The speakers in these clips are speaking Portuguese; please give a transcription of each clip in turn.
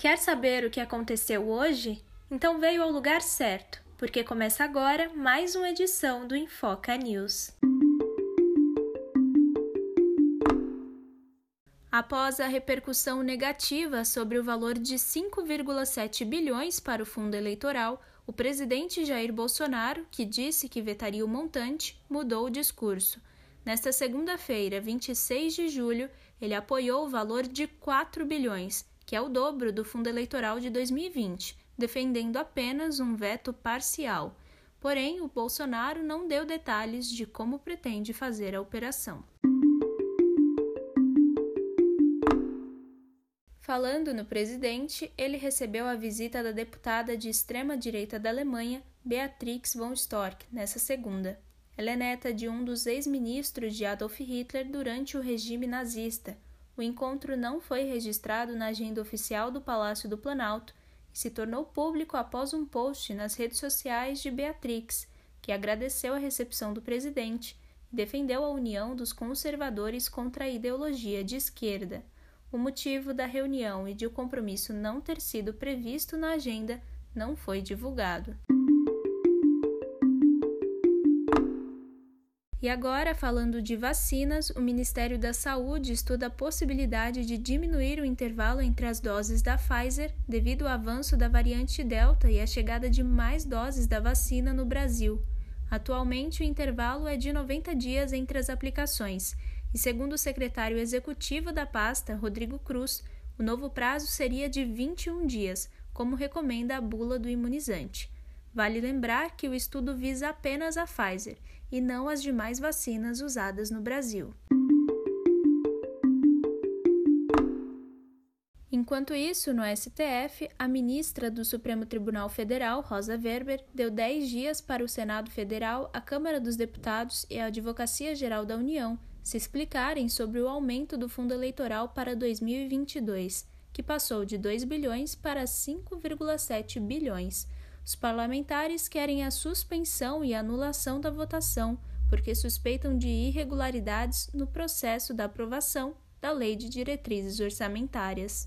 Quer saber o que aconteceu hoje? Então veio ao lugar certo, porque começa agora mais uma edição do Infoca News. Após a repercussão negativa sobre o valor de 5,7 bilhões para o fundo eleitoral, o presidente Jair Bolsonaro, que disse que vetaria o montante, mudou o discurso. Nesta segunda-feira, 26 de julho, ele apoiou o valor de 4 bilhões, que é o dobro do fundo eleitoral de 2020, defendendo apenas um veto parcial. Porém, o Bolsonaro não deu detalhes de como pretende fazer a operação. Falando no presidente, ele recebeu a visita da deputada de extrema-direita da Alemanha, Beatrix von Storch, nessa segunda. Ela é neta de um dos ex-ministros de Adolf Hitler durante o regime nazista. O encontro não foi registrado na agenda oficial do Palácio do Planalto e se tornou público após um post nas redes sociais de Beatrix, que agradeceu a recepção do presidente e defendeu a união dos conservadores contra a ideologia de esquerda. O motivo da reunião e de o compromisso não ter sido previsto na agenda não foi divulgado. E agora, falando de vacinas, o Ministério da Saúde estuda a possibilidade de diminuir o intervalo entre as doses da Pfizer devido ao avanço da variante Delta e a chegada de mais doses da vacina no Brasil. Atualmente, o intervalo é de 90 dias entre as aplicações. E segundo o secretário executivo da pasta, Rodrigo Cruz, o novo prazo seria de 21 dias, como recomenda a bula do imunizante. Vale lembrar que o estudo visa apenas a Pfizer e não as demais vacinas usadas no Brasil. Enquanto isso, no STF, a ministra do Supremo Tribunal Federal, Rosa Weber, deu 10 dias para o Senado Federal, a Câmara dos Deputados e a Advocacia Geral da União se explicarem sobre o aumento do fundo eleitoral para 2022, que passou de 2 bilhões para 5,7 bilhões. Os parlamentares querem a suspensão e anulação da votação, porque suspeitam de irregularidades no processo da aprovação da Lei de Diretrizes Orçamentárias.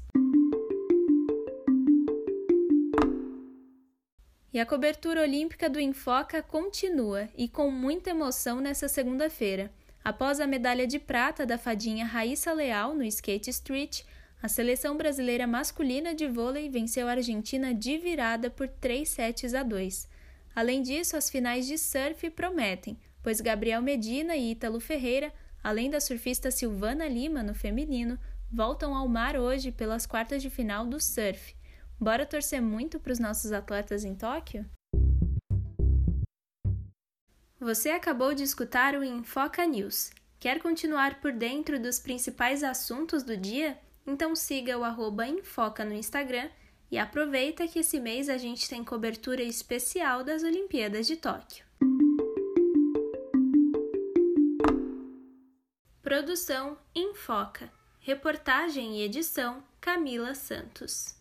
E a cobertura olímpica do Infoca continua e com muita emoção nesta segunda-feira. Após a medalha de prata da fadinha Raíssa Leal no skate street, a seleção brasileira masculina de vôlei venceu a Argentina de virada por 3-2. Além disso, as finais de surf prometem, pois Gabriel Medina e Ítalo Ferreira, além da surfista Silvana Lima no feminino, voltam ao mar hoje pelas quartas de final do surf. Bora torcer muito para os nossos atletas em Tóquio? Você acabou de escutar o Infoca News. Quer continuar por dentro dos principais assuntos do dia? Então siga o @Infoca no Instagram e aproveita que esse mês a gente tem cobertura especial das Olimpíadas de Tóquio. Produção Infoca. Reportagem e edição Camila Santos.